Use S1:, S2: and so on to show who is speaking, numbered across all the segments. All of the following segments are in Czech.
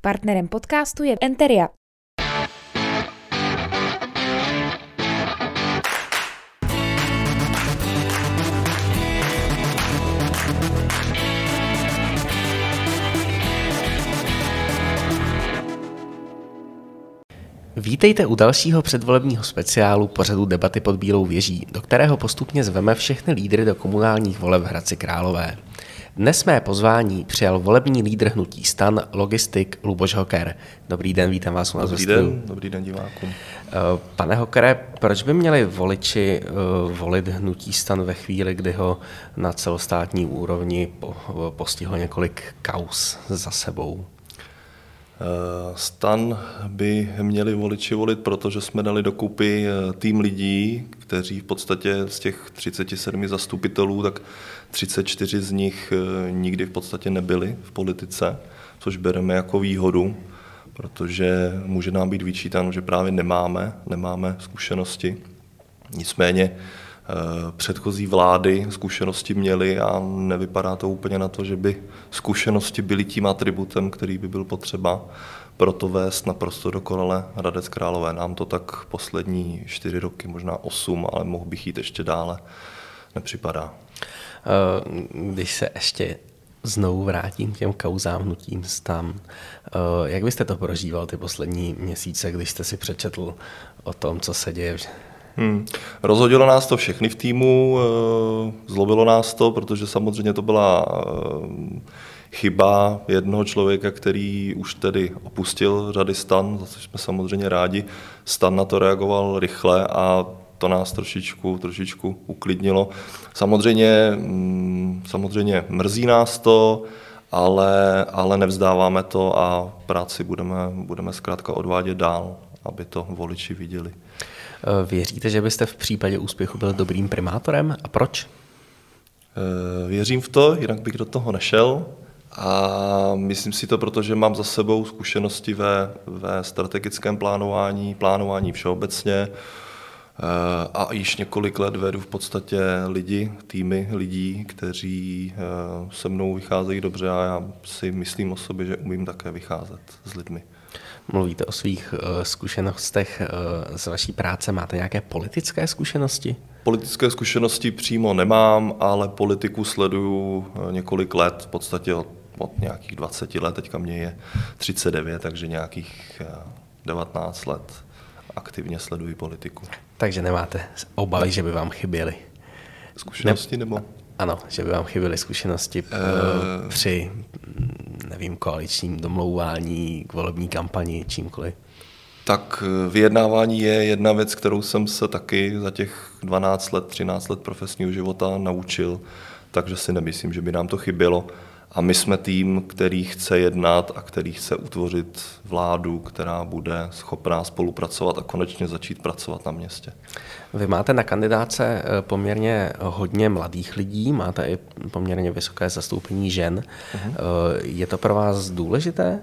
S1: Partnerem podcastu je Enteria.
S2: Vítejte u dalšího předvolebního speciálu pořadu Debaty pod Bílou věží, do kterého postupně zveme všechny lídry do komunálních voleb v Hradci Králové. Dnes mé pozvání přijal volební lídr hnutí STAN, logistik Luboš Hoker. Dobrý den, vítám vás u nás.
S3: Dobrý den divákům.
S2: Pane Hokere, proč by měli voliči volit hnutí STAN ve chvíli, kdy ho na celostátní úrovni postihlo několik kauz za sebou?
S3: STAN by měli voliči volit, protože jsme dali dokupy tým lidí, kteří v podstatě z těch 37 zastupitelů, tak 34 z nich nikdy v podstatě nebyli v politice, což bereme jako výhodu, protože může nám být vyčítáno, že právě nemáme zkušenosti. Nicméně předchozí vlády zkušenosti měly a nevypadá to úplně na to, že by zkušenosti byly tím atributem, který by byl potřeba proto vést naprosto dokonale Hradec Králové. Nám to tak poslední 4 roky, možná 8, ale mohl bych jít ještě dále, nepřipadá.
S2: Když se ještě znovu vrátím k těm kauzám hnutím STAN, jak byste to prožíval ty poslední měsíce, když jste si přečetl o tom, co se děje?
S3: Rozhodilo nás to všechny v týmu, zlobilo nás to, protože samozřejmě to byla chyba jednoho člověka, který už tedy opustil řady STAN, za což jsme samozřejmě rádi. STAN na to reagoval rychle a to nás trošičku uklidnilo. Samozřejmě mrzí nás to, ale nevzdáváme to a práci budeme zkrátka odvádět dál, aby to voliči viděli.
S2: Věříte, že byste v případě úspěchu byl dobrým primátorem a proč?
S3: Věřím v to, jinak bych do toho nešel a myslím si to, protože mám za sebou zkušenosti ve strategickém plánování všeobecně a již několik let vedu v podstatě týmy lidí, kteří se mnou vycházejí dobře a já si myslím o sobě, že umím také vycházet s lidmi.
S2: Mluvíte o svých zkušenostech z vaší práce. Máte nějaké politické zkušenosti?
S3: Politické zkušenosti přímo nemám, ale politiku sleduju několik let, v podstatě od nějakých 20 let, teďka mě je 39, takže nějakých 19 let aktivně sleduji politiku.
S2: Takže nemáte obavy, že by vám chyběly?
S3: Zkušenosti nebo?
S2: Ano, že by vám chyběly zkušenosti při, nevím, koaličním domlouvání, k volební kampani, čímkoliv.
S3: Tak vyjednávání je jedna věc, kterou jsem se taky za těch 12 let, 13 let profesního života naučil, takže si nemyslím, že by nám to chybělo. A my jsme tým, který chce jednat a který chce utvořit vládu, která bude schopná spolupracovat a konečně začít pracovat na městě.
S2: Vy máte na kandidáce poměrně hodně mladých lidí, máte i poměrně vysoké zastoupení žen. Je to pro vás důležité?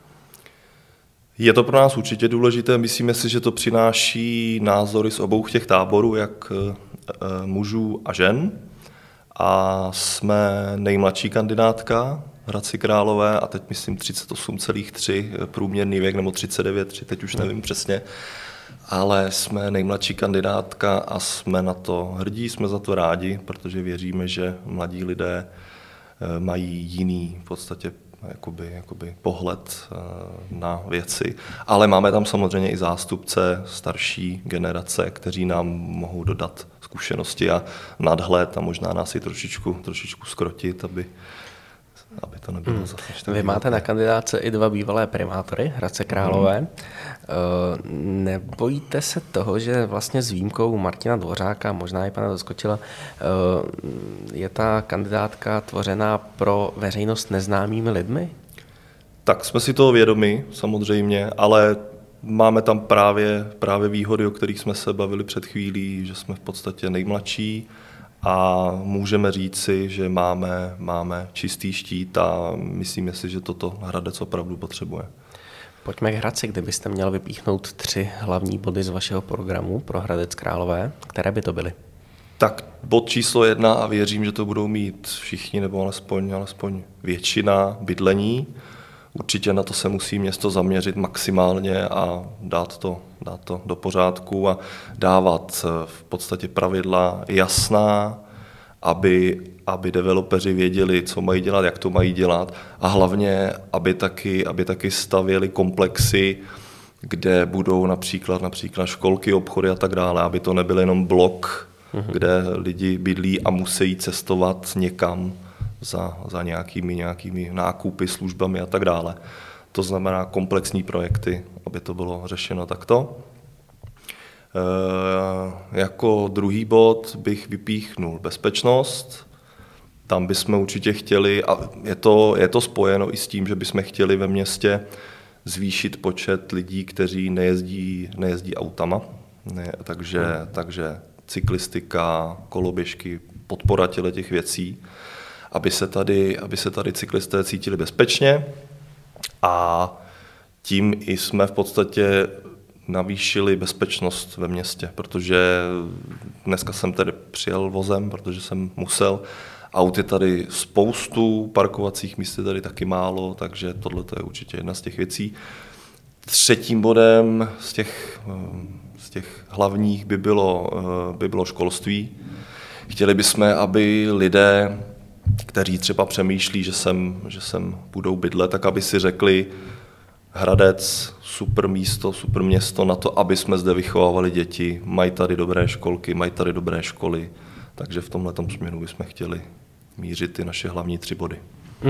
S3: Je to pro nás určitě důležité. Myslíme si, že to přináší názory z obou těch táborů, jak mužů a žen. A jsme nejmladší kandidátka v Hradci Králové a teď myslím 38,3 průměrný věk, nebo 39,3, teď už nevím přesně. Ale jsme nejmladší kandidátka a jsme na to hrdí, jsme za to rádi, protože věříme, že mladí lidé mají jiný v podstatě jakoby pohled na věci. Ale máme tam samozřejmě i zástupce starší generace, kteří nám mohou dodat zkušenosti a nadhled a možná nás i trošičku zkrotit, aby to nebylo zase.
S2: Vy máte na kandidáce i 2 bývalé primátory Hradce Králové. Nebojíte se toho, že vlastně s výjimkou Martina Dvořáka, možná i pana Doskočila, je ta kandidátka tvořena pro veřejnost neznámými lidmi?
S3: Tak jsme si toho vědomi, samozřejmě, ale máme tam právě výhody, o kterých jsme se bavili před chvílí, že jsme v podstatě nejmladší a můžeme říci, že máme čistý štít a myslíme si, že toto Hradec opravdu potřebuje.
S2: Pojďme k Hradci, kdybyste měl vypíchnout 3 hlavní body z vašeho programu pro Hradec Králové, které by to byly?
S3: Tak bod číslo 1 a věřím, že to budou mít všichni nebo alespoň většina, bydlení. určitě na to se musí město zaměřit maximálně a dát to do pořádku a dávat v podstatě pravidla jasná, aby developeři věděli, co mají dělat, jak to mají dělat a hlavně, aby taky stavěli komplexy, kde budou například školky, obchody a tak dále, aby to nebyl jenom blok, kde lidi bydlí a musí cestovat někam za nějakými nákupy, službami a tak dále. To znamená komplexní projekty, aby to bylo řešeno takto. Jako druhý bod bych vypíchnul bezpečnost. Tam bychom určitě chtěli, a je to spojeno i s tím, že bychom chtěli ve městě zvýšit počet lidí, kteří nejezdí autama. Takže cyklistika, koloběžky, podpora těch věcí, aby se tady cyklisté cítili bezpečně a tím i jsme v podstatě navýšili bezpečnost ve městě, protože dneska jsem tady přijel vozem, protože jsem musel. Aut je tady spoustu, parkovacích míst je tady taky málo, takže tohle je určitě jedna z těch věcí. Třetím bodem z těch hlavních by bylo školství. Chtěli bychom, aby lidé, kteří třeba přemýšlí, že sem budou bydlet, tak aby si řekli, Hradec, super místo, super město na to, aby jsme zde vychovávali děti, mají tady dobré školky, mají tady dobré školy, takže v tomhletom směru bychom chtěli mířit ty naše hlavní 3 body.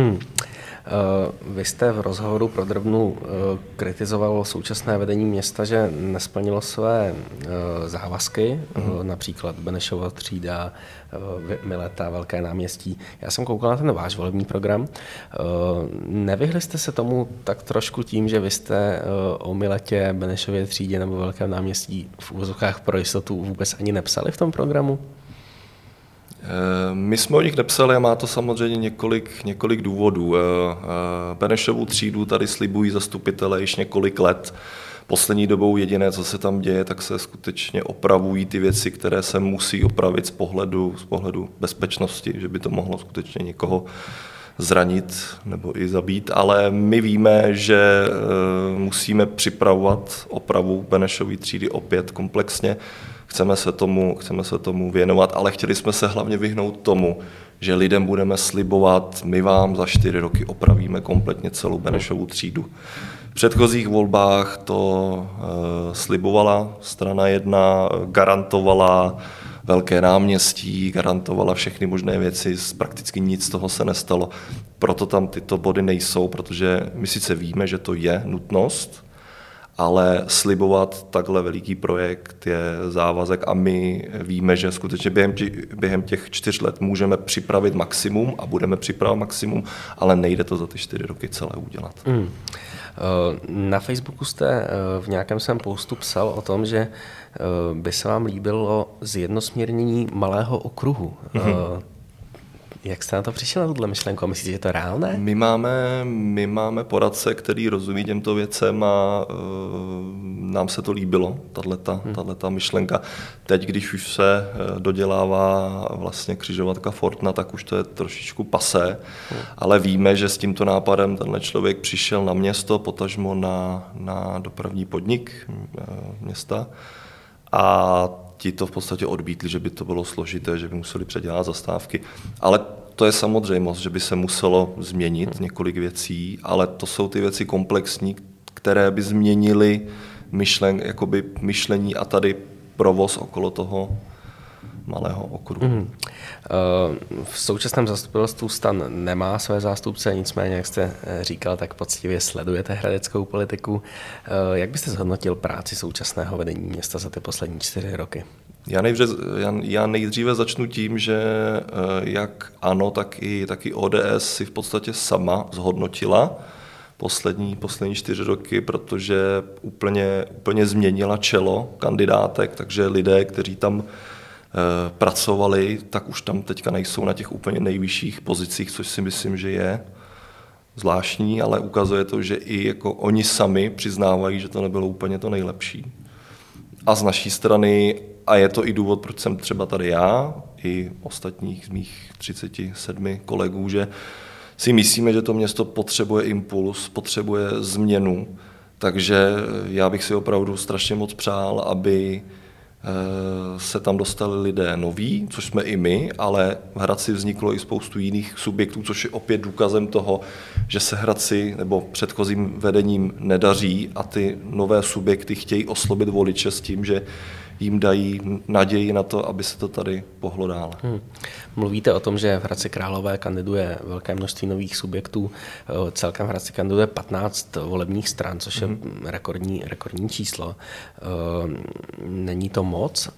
S2: Vy jste v rozhovoru pro Drobnu kritizoval současné vedení města, že nesplnilo své závazky, například Benešova třída, Mileta, Velké náměstí. Já jsem koukal na ten váš volební program. Nevyhli jste se tomu tak trošku tím, že vy jste o Miletě, Benešově třídě nebo Velkém náměstí v úvozovkách pro jistotu vůbec ani nepsali v tom programu?
S3: My jsme o nich nepsali a má to samozřejmě několik důvodů. Benešovu třídu tady slibují zastupitelé již několik let. Poslední dobou jediné, co se tam děje, tak se skutečně opravují ty věci, které se musí opravit z pohledu bezpečnosti, že by to mohlo skutečně někoho zranit nebo i zabít, ale my víme, že musíme připravovat opravu Benešovy třídy opět komplexně. Chceme se tomu věnovat, ale chtěli jsme se hlavně vyhnout tomu, že lidem budeme slibovat, my vám za 4 roky opravíme kompletně celou Benešovu třídu. V předchozích volbách to slibovala strana 1, garantovala Velké náměstí, garantovala všechny možné věci, prakticky nic z toho se nestalo. Proto tam tyto body nejsou, protože my sice víme, že to je nutnost, ale slibovat takhle veliký projekt je závazek a my víme, že skutečně během těch 4 let můžeme připravit maximum a budeme připravit maximum, ale nejde to za ty 4 roky celé udělat.
S2: Na Facebooku jste v nějakém svém postu psal o tom, že by se vám líbilo zjednosměrnění malého okruhu. Jak jste na to přišel, na tuhle myšlenku? A myslíte, že je to reálné?
S3: My máme poradce, který rozumí těmto věcem a nám se to líbilo, tato myšlenka. Teď, když už se dodělává vlastně křižovatka Fortna, tak už to je trošičku pasé, ale víme, že s tímto nápadem tenhle člověk přišel na město, potažmo na dopravní podnik města a ti to v podstatě odmítli, že by to bylo složité, že by museli předělat zastávky. Ale to je samozřejmost, že by se muselo změnit několik věcí, ale to jsou ty věci komplexní, které by změnily myšlení a tady provoz okolo toho malého okruhu.
S2: V současném zastupitelstvu STAN nemá své zástupce, nicméně, jak jste říkal, tak poctivě sledujete hradeckou politiku. Jak byste zhodnotil práci současného vedení města za ty poslední 4 roky?
S3: Já nejdříve začnu tím, že jak ANO, tak i ODS si v podstatě sama zhodnotila poslední 4 roky, protože úplně změnila čelo kandidátek, takže lidé, kteří tam pracovali, tak už tam teďka nejsou na těch úplně nejvyšších pozicích, což si myslím, že je zvláštní, ale ukazuje to, že i jako oni sami přiznávají, že to nebylo úplně to nejlepší. A z naší strany, a je to i důvod, proč jsem třeba tady já, i ostatních z mých 37 kolegů, že si myslíme, že to město potřebuje impuls, potřebuje změnu, takže já bych si opravdu strašně moc přál, aby se tam dostali lidé noví, což jsme i my, ale v Hradci vzniklo i spoustu jiných subjektů, což je opět důkazem toho, že se Hradci nebo předchozím vedením nedaří a ty nové subjekty chtějí oslovit voliče s tím, že jim dají naději na to, aby se to tady pohlo dále.
S2: Mluvíte o tom, že v Hradci Králové kandiduje velké množství nových subjektů. Celkem v Hradci kandiduje 15 volebních stran, což je rekordní číslo. Není to moc?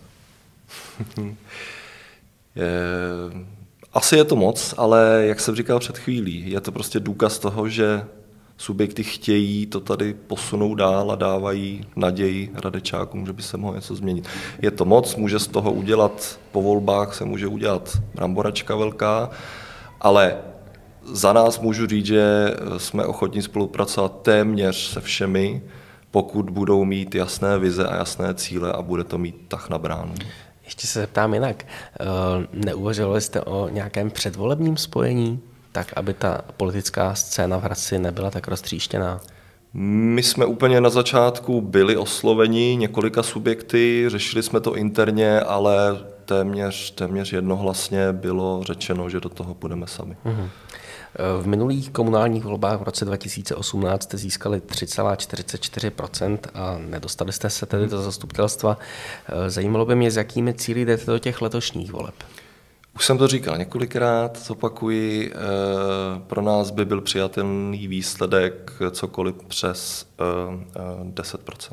S3: Asi je to moc, ale jak jsem říkal před chvílí, je to prostě důkaz toho, že subjekty chtějí to tady posunout dál a dávají naději Hradečákům, že by se mohlo něco změnit. Je to moc, může z toho udělat, po volbách se může udělat bramboračka velká, ale za nás můžu říct, že jsme ochotní spolupracovat téměř se všemi, pokud budou mít jasné vize a jasné cíle a bude to mít tah na bránu.
S2: Ještě se zeptám jinak. Neuvažovali jste o nějakém předvolebním spojení, tak aby ta politická scéna v Hradci nebyla tak roztříštěná?
S3: My jsme úplně na začátku byli několika subjekty, řešili jsme to interně, ale téměř jednohlasně bylo řečeno, že do toho půjdeme sami.
S2: V minulých komunálních volbách v roce 2018 jste získali 3,44% a nedostali jste se tedy do zastupitelstva. Zajímalo by mě, s jakými cíli jdete do těch letošních voleb?
S3: Už jsem to říkal několikrát, zopakuji, pro nás by byl přijatelný výsledek cokoliv přes 10%.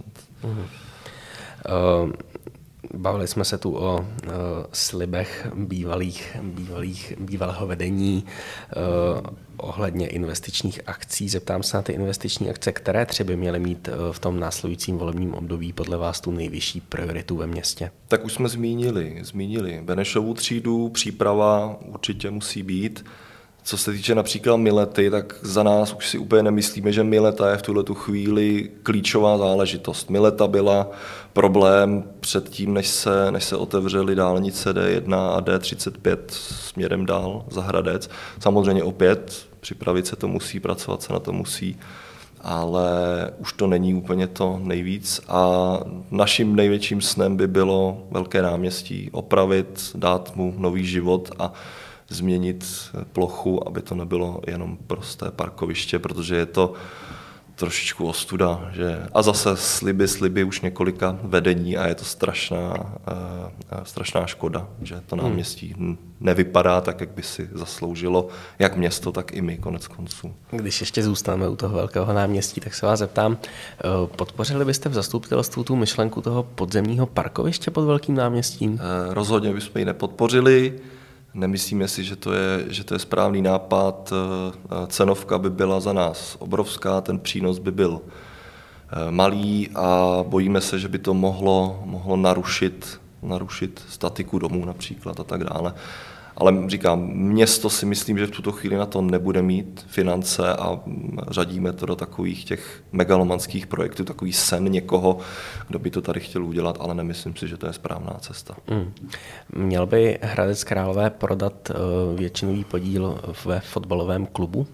S2: Bavili jsme se tu o slibech bývalého vedení ohledně investičních akcí. Zeptám se na ty investiční akce, které tři by měly mít v tom následujícím volebním období podle vás tu nejvyšší prioritu ve městě?
S3: Tak už jsme zmínili Benešovu třídu, příprava určitě musí být. Co se týče například Milety, tak za nás už si úplně nemyslíme, že Mileta je v tuhletu chvíli klíčová záležitost. Mileta byla problém předtím, než se otevřely dálnice D1 a D35 směrem dál za Hradec. Samozřejmě opět připravit se to musí, pracovat se na to musí, ale už to není úplně to nejvíc. A naším největším snem by bylo Velké náměstí opravit, dát mu nový život a změnit plochu, aby to nebylo jenom prosté parkoviště, protože je to trošičku ostuda. A zase sliby už několika vedení a je to strašná škoda, že to náměstí nevypadá tak, jak by si zasloužilo jak město, tak i my konec konců.
S2: Když ještě zůstaneme u toho Velkého náměstí, tak se vás zeptám, podpořili byste v zastupitelstvu tu myšlenku toho podzemního parkoviště pod Velkým náměstím?
S3: Rozhodně bychom ji nepodpořili. Nemyslíme si, že to je správný nápad. Cenovka by byla za nás obrovská, ten přínos by byl malý a bojíme se, že by to mohlo narušit statiku domů například a tak dále. Ale říkám, město si myslím, že v tuto chvíli na to nebude mít finance a řadíme to do takových těch megalomanských projektů, takový sen někoho, kdo by to tady chtěl udělat, ale nemyslím si, že to je správná cesta.
S2: Měl by Hradec Králové prodat většinový podíl ve fotbalovém klubu?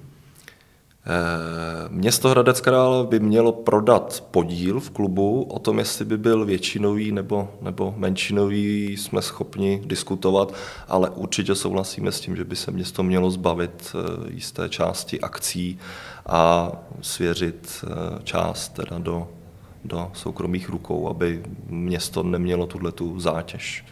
S3: Město Hradec Králové by mělo prodat podíl v klubu, o tom, jestli by byl většinový nebo menšinový, jsme schopni diskutovat, ale určitě souhlasíme s tím, že by se město mělo zbavit jisté části akcí a svěřit část teda do soukromých rukou, aby město nemělo tuhletu zátěž.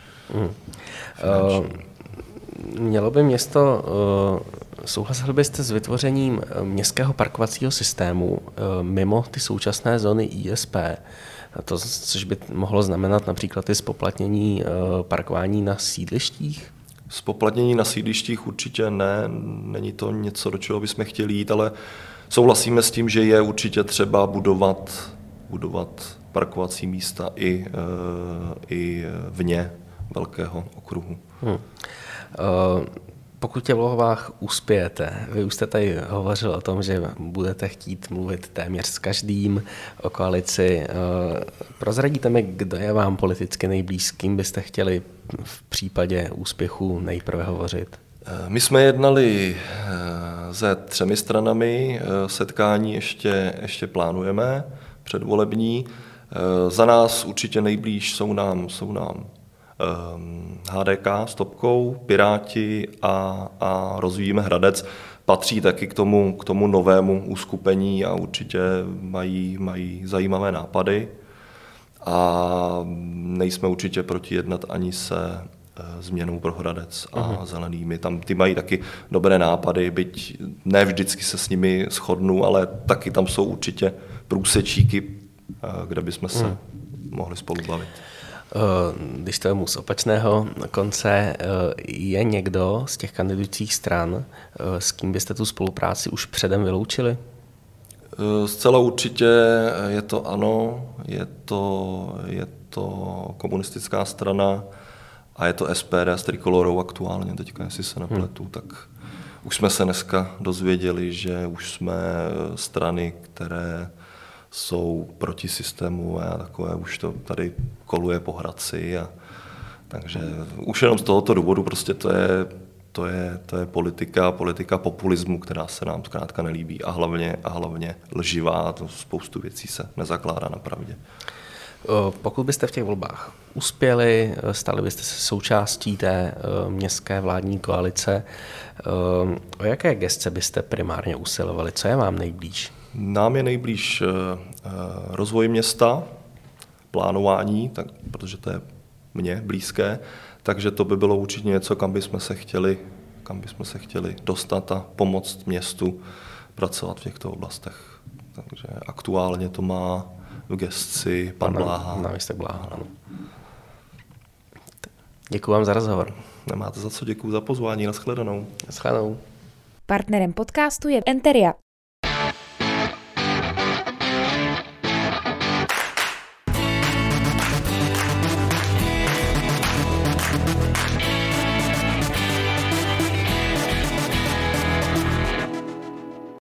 S2: Mělo by město, souhlasil byste s vytvořením městského parkovacího systému mimo ty současné zóny ISP, což by mohlo znamenat například i zpoplatnění parkování na sídlištích?
S3: Zpoplatnění na sídlištích určitě ne, není to něco, do čeho bychom chtěli jít, ale souhlasíme s tím, že je určitě třeba budovat parkovací místa i vně velkého okruhu. Pokud tě v volbách uspějete, vy už jste tady hovořil o tom, že budete chtít mluvit téměř s každým o koalici. Prozradíte mi, kdo je vám politicky nejblíž, s kým byste chtěli v případě úspěchu nejprve hovořit? My jsme jednali se 3 stranami, setkání ještě plánujeme předvolební. Za nás určitě nejblíž jsou nám HDK s Topkou, Piráti a Rozvíjíme Hradec. Patří taky k tomu novému uskupení a určitě mají zajímavé nápady. A nejsme určitě proti jednat ani se Změnou pro Hradec a Zelenými. Tam ty mají taky dobré nápady, byť ne vždycky se s nimi shodnu, ale taky tam jsou určitě průsečíky, kde bychom se mohli spolu bavit.
S2: Když to vemu z opačného konce, je někdo z těch kandidujících stran, s kým byste tu spolupráci už předem vyloučili?
S3: Zcela určitě je to ANO, je to komunistická strana a je to SPD s Trikolorou aktuálně, teďka jestli se nepletu, tak už jsme se dneska dozvěděli, že už jsme strany, které jsou protisystémové a takové, už to tady koluje po Hradci. Takže už jenom z tohoto důvodu prostě to je politika populismu, která se nám zkrátka nelíbí a hlavně lživá, to spoustu věcí se nezakládá na pravdě.
S2: Pokud byste v těch volbách uspěli, stali byste se součástí té městské vládní koalice, o jaké gesce byste primárně usilovali? Co je vám nejblíž?
S3: Nám je nejblíž rozvoj města, plánování, protože to je mně blízké, takže to by bylo určitě něco, kam bychom se chtěli dostat a pomoct městu pracovat v těchto oblastech. Takže aktuálně to má v gesci pan Bláha.
S2: Náměstek Bláha, ano. Děkuji vám za rozhovor.
S3: Nemáte za co, děkuji za pozvání, nashledanou.
S2: Nashledanou.
S1: Partnerem podcastu je Enteria.